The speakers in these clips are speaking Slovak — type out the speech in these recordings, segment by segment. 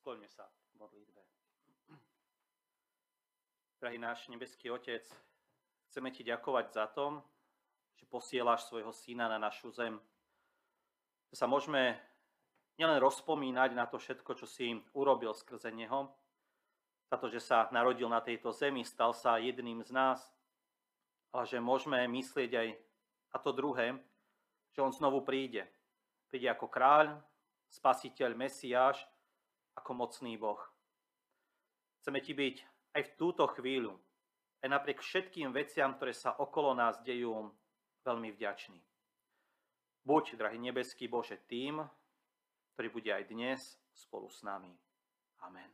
Skloňme sa v modlitbe. Drahý náš nebeský Otec, chceme Ti ďakovať za to, že posielaš svojho syna na našu zem. Že sa môžeme nielen rozpomínať na to všetko, čo si urobil skrze neho, za to, že sa narodil na tejto zemi, stal sa jedným z nás, ale že môžeme myslieť aj na to druhé, že on znovu príde. Príde ako kráľ, spasiteľ, Mesiáš, ako mocný Boh. Chceme Ti byť aj v túto chvíľu, aj napriek všetkým veciam, ktoré sa okolo nás dejú, veľmi vďačný. Buď, drahý nebeský Bože, tým, ktorý bude aj dnes spolu s nami. Amen.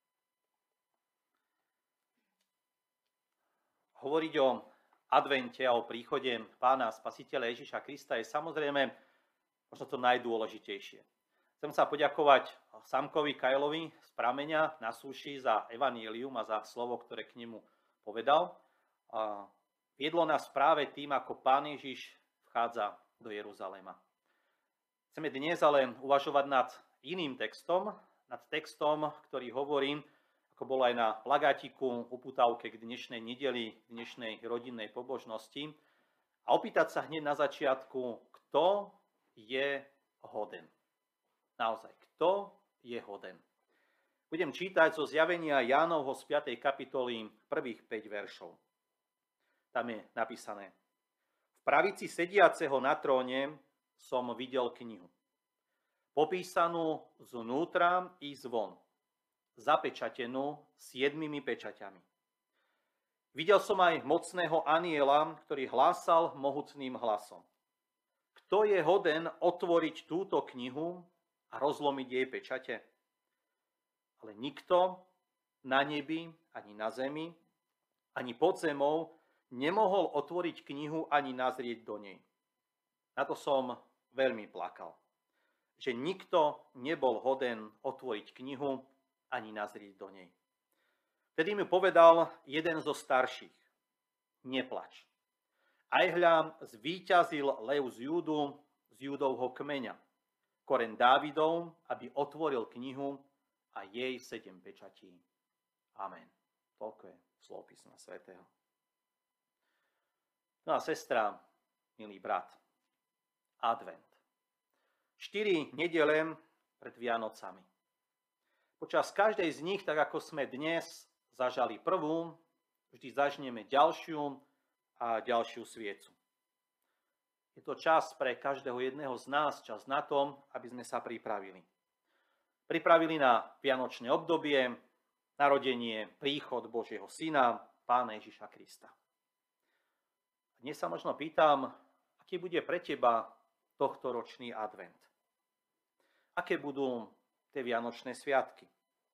Hovoriť o advente a o príchode Pána Spasiteľa Ježiša Krista je samozrejme možno to najdôležitejšie. Chcem sa poďakovať Samkovi Kajlovi z Prameňa na Súši za evanjelium a za slovo, ktoré k nemu povedal. Viedlo nás práve tým, ako Pán Ježiš vchádza do Jeruzalema. Chceme dnes ale uvažovať nad iným textom, ktorý hovorí, ako bolo aj na plagátiku, uputavke k dnešnej nedeli, k dnešnej rodinnej pobožnosti, a opýtať sa hneď na začiatku, kto je hoden. Naozaj, kto je hoden? Budem čítať zo zjavenia Jánovho z 5. kapitoly prvých 5 veršov. Tam je napísané: V pravici sediaceho na tróne som videl knihu, popísanú zvnútra i zvon, zapečatenú 7 pečaťami. Videl som aj mocného anjela, ktorý hlásal mohutným hlasom: Kto je hoden otvoriť túto knihu a rozlomiť jej pečate? Ale nikto na nebi, ani na zemi, ani pod zemou nemohol otvoriť knihu ani nazrieť do nej. Na to som veľmi plakal, že nikto nebol hoden otvoriť knihu ani nazrieť do nej. Vtedy mi povedal jeden zo starších: Neplač. Aj hľa, zvíťazil lev z Júdovho kmeňa, koreň Dávidov, aby otvoril knihu a jej 7 pečatí. Amen. Toľko je slov písma svätého. No a sestra, milý brat, advent. 4 nedele pred Vianocami. Počas každej z nich, tak ako sme dnes zažali prvú, vždy zažneme ďalšiu a ďalšiu sviecu. Je to čas pre každého jedného z nás, čas na to, aby sme sa pripravili. Pripravili na vianočné obdobie, narodenie, príchod Božieho Syna, Pána Ježiša Krista. Dnes sa možno pýtam, aký bude pre teba tohtoročný advent. Aké budú tie vianočné sviatky?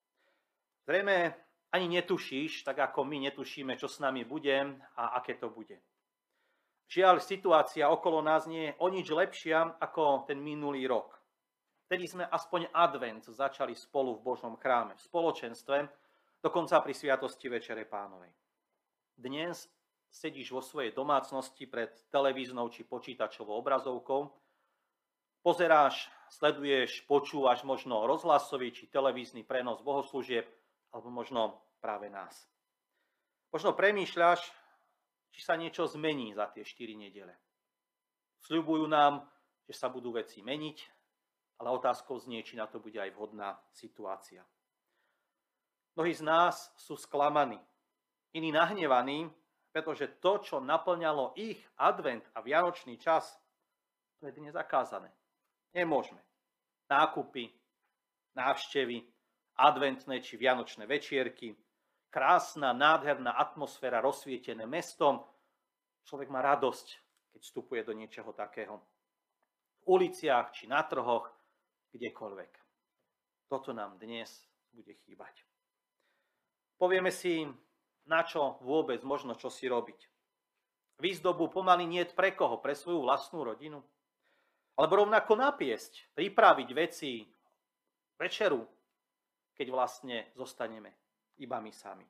Zrejme ani netušíš, tak ako my netušíme, čo s nami bude a aké to bude. Žiaľ, situácia okolo nás nie je o nič lepšia ako ten minulý rok. Vtedy sme aspoň advent začali spolu v Božom chráme, v spoločenstve, dokonca pri sviatosti Večere Pánovej. Dnes sedíš vo svojej domácnosti pred televíznou či počítačovou obrazovkou, pozeráš, sleduješ, počúvaš možno rozhlasový či televízny prenos bohoslúžieb, alebo možno práve nás. Možno premýšľaš, či sa niečo zmení za tie 4 nedele. Sľubujú nám, že sa budú veci meniť, ale otázkou znie, či na to bude aj vhodná situácia. Mnohí z nás sú sklamaní, iní nahnevaní, pretože to, čo naplňalo ich advent a vianočný čas, to je dnes zakázané. Nemôžeme. Nákupy, návštevy, adventné či vianočné večierky, krásna, nádherná atmosféra, rozsvietené mestom. Človek má radosť, keď vstupuje do niečoho takého. V uliciach či na trhoch, kdekoľvek. Toto nám dnes bude chýbať. Povieme si, na čo vôbec možno čosi robiť. Výzdobu pomaly niet pre koho, pre svoju vlastnú rodinu. Alebo rovnako napiesť, pripraviť veci, večeru, keď vlastne zostaneme iba my sami.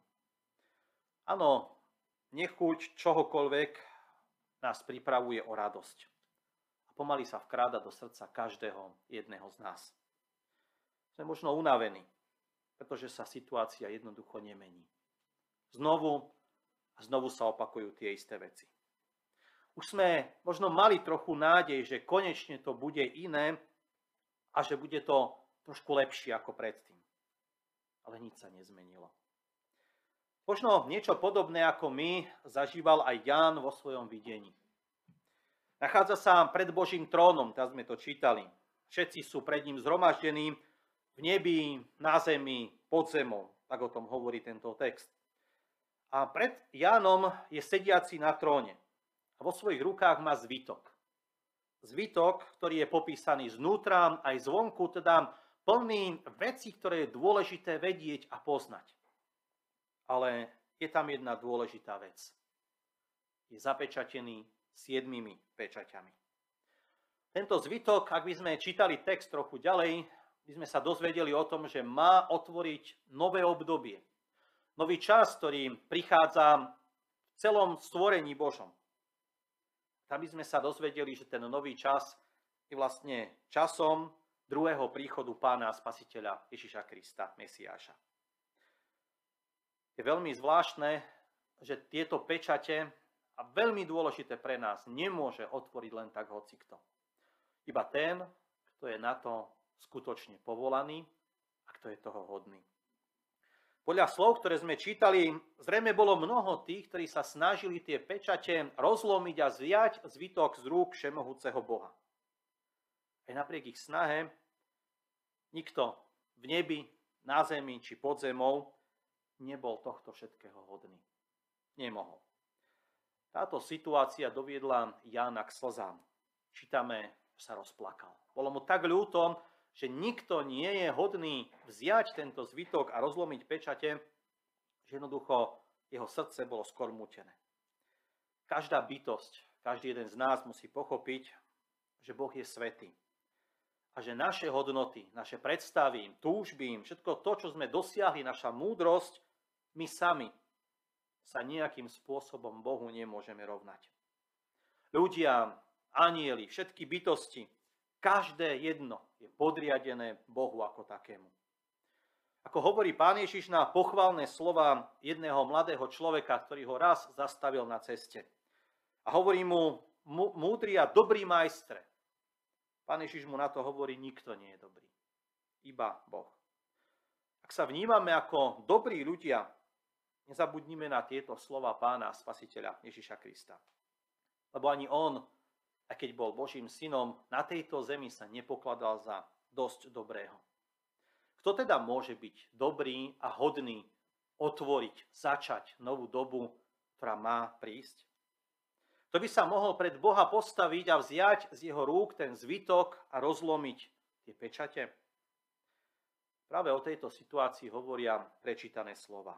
Áno, nechuť čohokoľvek nás pripravuje o radosť. A pomaly sa vkráda do srdca každého jedného z nás. Sme možno unavení. pretože sa situácia jednoducho nemení. Znovu a znovu sa opakujú tie isté veci. Už sme možno mali trochu nádej, že konečne to bude iné a že bude to trošku lepšie ako predtým. Ale nič sa nezmenilo. Možno niečo podobné ako my zažíval aj Ján vo svojom videní. Nachádza sa pred Božím trónom, tam sme to čítali. Všetci sú pred ním zhromaždení v nebi, na zemi, pod zemou. Tak o tom hovorí tento text. A pred Jánom je sediaci na tróne. A vo svojich rukách má zvitok. Zvitok, ktorý je popísaný znútra aj zvonku, teda plný vecí, ktoré je dôležité vedieť a poznať. Ale je tam jedna dôležitá vec. Je zapečatený 7 pečaťami. Tento zvitok, ak by sme čítali text trochu ďalej, by sme sa dozvedeli o tom, že má otvoriť nové obdobie. Nový čas, ktorý prichádza v celom stvorení Božom. Tam by sme sa dozvedeli, že ten nový čas je vlastne časom druhého príchodu Pána a Spasiteľa Ježiša Krista, Mesiáša. Je veľmi zvláštne, že tieto pečate, a veľmi dôležité pre nás, nemôže otvoriť len tak hocikto. Iba ten, kto je na to skutočne povolaný a kto je toho hodný. Podľa slov, ktoré sme čítali, zrejme bolo mnoho tých, ktorí sa snažili tie pečate rozlomiť a zviať zvitok z rúk všemohúceho Boha. Aj napriek ich snahe, nikto v nebi, na zemi či pod zemou nebol tohto všetkého hodný. Nemohol. Táto situácia doviedla Jána k slzám. Čítame, že sa rozplakal. Bolo mu tak ľúto, že nikto nie je hodný vziať tento zvitok a rozlomiť pečate, že jednoducho jeho srdce bolo skormútené. Každá bytosť, každý jeden z nás musí pochopiť, že Boh je svätý. A že naše hodnoty, naše predstavy, túžby, všetko to, čo sme dosiahli, naša múdrosť, my sami sa nejakým spôsobom Bohu nemôžeme rovnať. Ľudia, anjeli, všetky bytosti, každé jedno je podriadené Bohu ako takému. Ako hovorí Pán Ježiš na pochválne slova jedného mladého človeka, ktorý ho raz zastavil na ceste. A hovorí mu, múdry a dobrý majstre. Pán Ježiš mu na to hovorí, nikto nie je dobrý. Iba Boh. Ak sa vnímame ako dobrí ľudia, nezabudnime na tieto slova Pána a Spasiteľa Ježiša Krista. Lebo ani on, a keď bol Božím synom, na tejto zemi sa nepokladal za dosť dobrého. Kto teda môže byť dobrý a hodný otvoriť, začať novú dobu, ktorá má prísť? Kto by sa mohol pred Boha postaviť a vziať z jeho rúk ten zvitok a rozlomiť tie pečate? Práve o tejto situácii hovoria prečítané slova.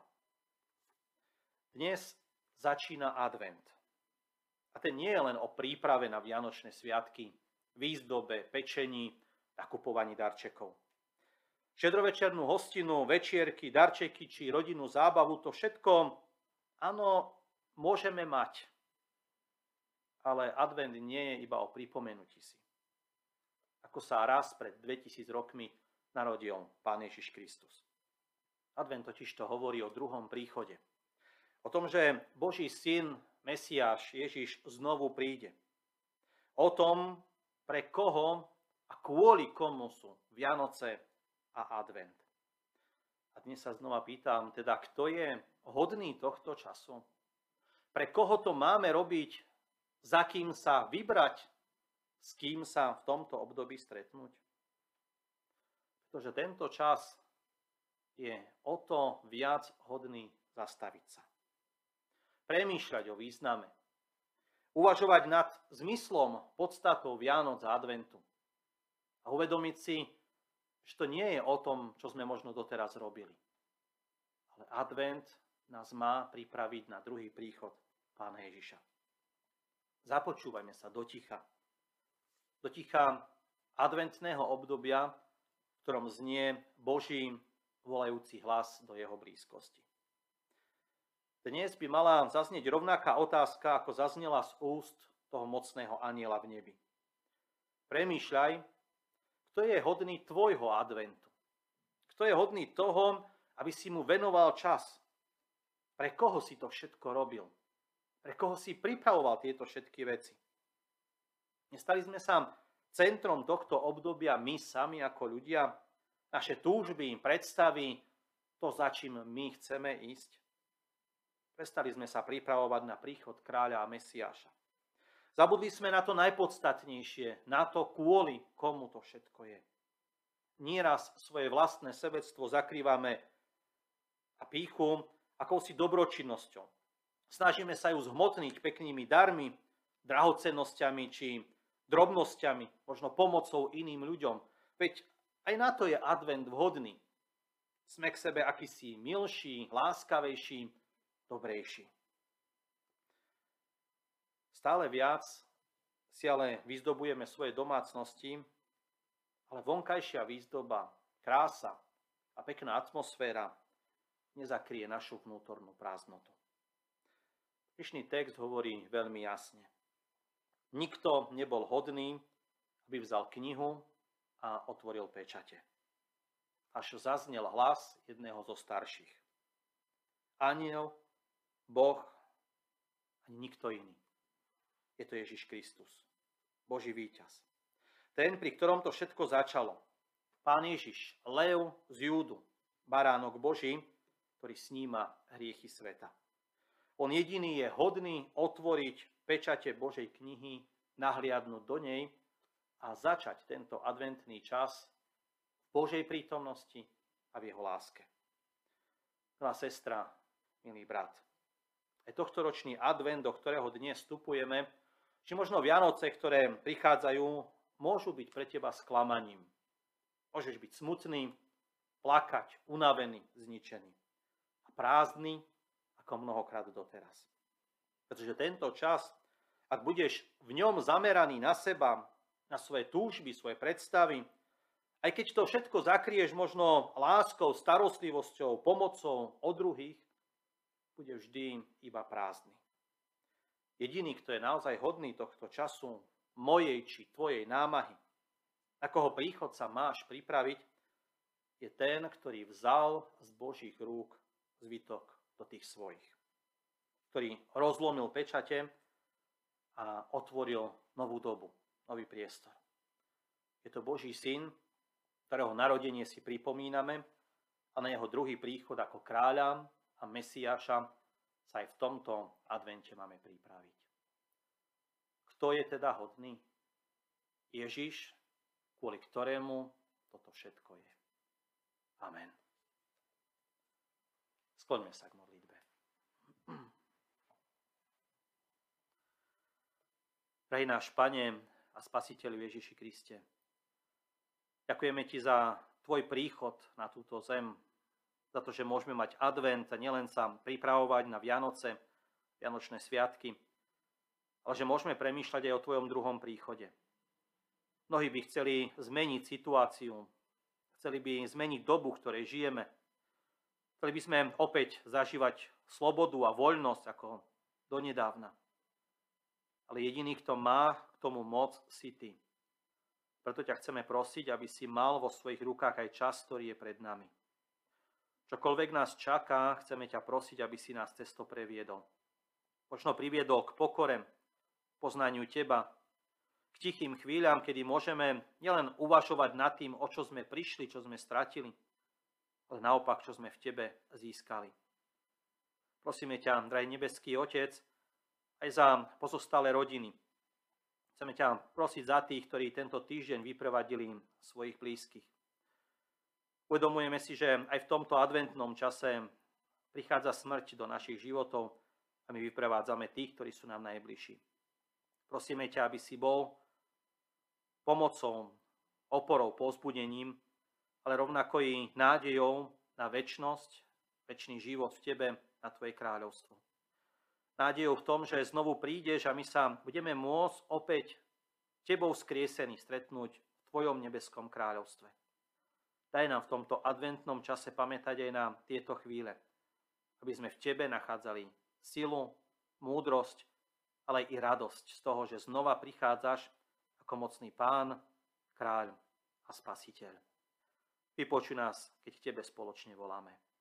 Dnes začína advent. A ten nie je len o príprave na vianočné sviatky, výzdobe, pečení, nakupovaní darčekov. Štedrovečernú hostinu, večierky, darčeky či rodinnú zábavu, to všetko, áno, môžeme mať. Ale advent nie je iba o pripomenutí si. Ako sa raz pred 2000 rokmi narodil Pán Ježiš Kristus. Advent totiž to hovorí o druhom príchode. O tom, že Boží syn Mesiáš Ježiš znovu príde. O tom, pre koho a kvôli komu sú Vianoce a advent. A dnes sa znova pýtam, teda kto je hodný tohto času? Pre koho to máme robiť? Za kým sa vybrať? S kým sa v tomto období stretnúť? Pretože tento čas je o to viac hodný zastaviť sa. Premýšľať o význame. Uvažovať nad zmyslom, podstatou Vianoc a adventu. A uvedomiť si, že to nie je o tom, čo sme možno doteraz robili. Ale advent nás má pripraviť na druhý príchod Pána Ježiša. Započúvajme sa do ticha. Do ticha adventného obdobia, v ktorom znie Boží volajúci hlas do jeho blízkosti. Dnes by mala zaznieť rovnaká otázka, ako zaznela z úst toho mocného anjela v nebi. Premýšľaj, kto je hodný tvojho adventu. Kto je hodný toho, aby si mu venoval čas. Pre koho si to všetko robil? Pre koho si pripravoval tieto všetky veci? Nestali sme sa centrom tohto obdobia my sami ako ľudia, naše túžby, predstavy, to, za čím my chceme ísť? Prestali sme sa pripravovať na príchod kráľa a Mesiáša. Zabudli sme na to najpodstatnejšie, na to, kvôli komu to všetko je. Nieraz svoje vlastné sebectvo zakrývame a pýchu akousi dobročinnosťou. Snažíme sa ju zhmotniť peknými darmi, drahocennosťami či drobnosťami, možno pomocou iným ľuďom. Veď aj na to je advent vhodný. Sme k sebe akýsi milší, láskavejší, dobrejší. Stále viac si ale vyzdobujeme svoje domácnosti, ale vonkajšia výzdoba, krása a pekná atmosféra nezakrie našu vnútornú prázdnotu. Dnešný text hovorí veľmi jasne. Nikto nebol hodný, aby vzal knihu a otvoril pečate. Až zaznel hlas jedného zo starších. Anjel, Boh, ani nikto iný. Je to Ježiš Kristus, Boží víťaz. Ten, pri ktorom to všetko začalo. Pán Ježiš, lev z Júdu, baránok Boží, ktorý sníma hriechy sveta. On jediný je hodný otvoriť pečate Božej knihy, nahliadnúť do nej a začať tento adventný čas v Božej prítomnosti a v jeho láske. Milá sestra, milý brat, aj tohtoročný advent, do ktorého dnes vstupujeme, či možno Vianoce, ktoré prichádzajú, môžu byť pre teba sklamaním. Môžeš byť smutný, plakať, unavený, zničený a prázdny, ako mnohokrát doteraz. Pretože tento čas, ak budeš v ňom zameraný na seba, na svoje túžby, svoje predstavy, aj keď to všetko zakrieš možno láskou, starostlivosťou, pomocou o druhých, bude vždy iba prázdny. Jediný, kto je naozaj hodný tohto času, mojej či tvojej námahy, na koho príchod sa máš pripraviť, je ten, ktorý vzal z Božích rúk zvitok do tých svojich, ktorý rozlomil pečate a otvoril novú dobu, nový priestor. Je to Boží syn, ktorého narodenie si pripomíname a na jeho druhý príchod ako kráľa a Mesiáša sa aj v tomto advente máme pripraviť. Kto je teda hodný? Ježiš, kvôli ktorému toto všetko je. Amen. Skloňme sa k modlitbe. Drahý náš Pane a Spasiteľu Ježiši Kriste, ďakujeme Ti za Tvoj príchod na túto zem, za to, že môžeme mať advent a nielen sa pripravovať na Vianoce, Vianočné sviatky, ale že môžeme premýšľať aj o Tvojom druhom príchode. Mnohí by chceli zmeniť situáciu, chceli by zmeniť dobu, v ktorej žijeme. Chceli by sme opäť zažívať slobodu a voľnosť ako donedávna. Ale jediný, kto má k tomu moc, si Ty. Preto ťa chceme prosiť, aby si mal vo svojich rukách aj čas, ktorý je pred nami. Čokoľvek nás čaká, chceme ťa prosiť, aby si nás cez to previedol. Možno priviedol k pokore, poznaniu Teba, k tichým chvíľam, kedy môžeme nielen uvažovať nad tým, o čo sme prišli, čo sme stratili, ale naopak, čo sme v Tebe získali. Prosíme ťa, drahý nebeský Otec, aj za pozostalé rodiny. Chceme ťa prosiť za tých, ktorí tento týždeň vyprevadili svojich blízkych. Uvedomujeme si, že aj v tomto adventnom čase prichádza smrť do našich životov a my vyprevádzame tých, ktorí sú nám najbližší. Prosíme ťa, aby si bol pomocou, oporou, povzbudením, ale rovnako i nádejou na večnosť, večný život v Tebe, na Tvoje kráľovstvo. Nádejou v tom, že znovu prídeš a my sa budeme môcť opäť Tebou skriesení stretnúť v Tvojom nebeskom kráľovstve. Daj nám v tomto adventnom čase pamätať aj na tieto chvíle, aby sme v Tebe nachádzali silu, múdrosť, ale i radosť z toho, že znova prichádzaš ako mocný Pán, Kráľ a Spasiteľ. Vypočuj nás, keď k Tebe spoločne voláme.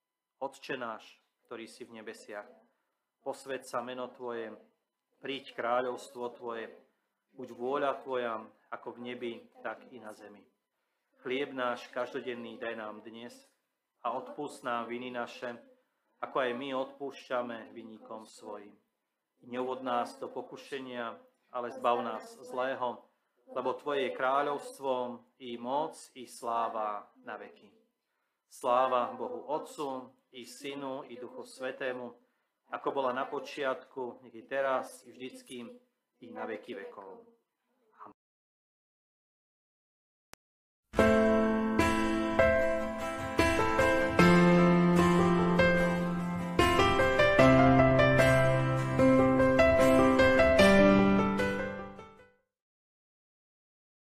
Otče náš, ktorý si v nebesiach, posväť sa meno Tvoje, príď kráľovstvo Tvoje, buď vôľa Tvoja, ako v nebi, tak i na zemi. Chlieb náš každodenný daj nám dnes a odpúsť nám viny naše, ako aj my odpúšťame vinníkom svojim. Neuvod nás do pokušenia, ale zbav nás zlého, lebo Tvoje je kráľovstvo, i moc, i sláva na veky. Sláva Bohu Otcu, i Synu, i Duchu Svätému, ako bola na počiatku, nech i teraz, i vždycky, i na veky vekov.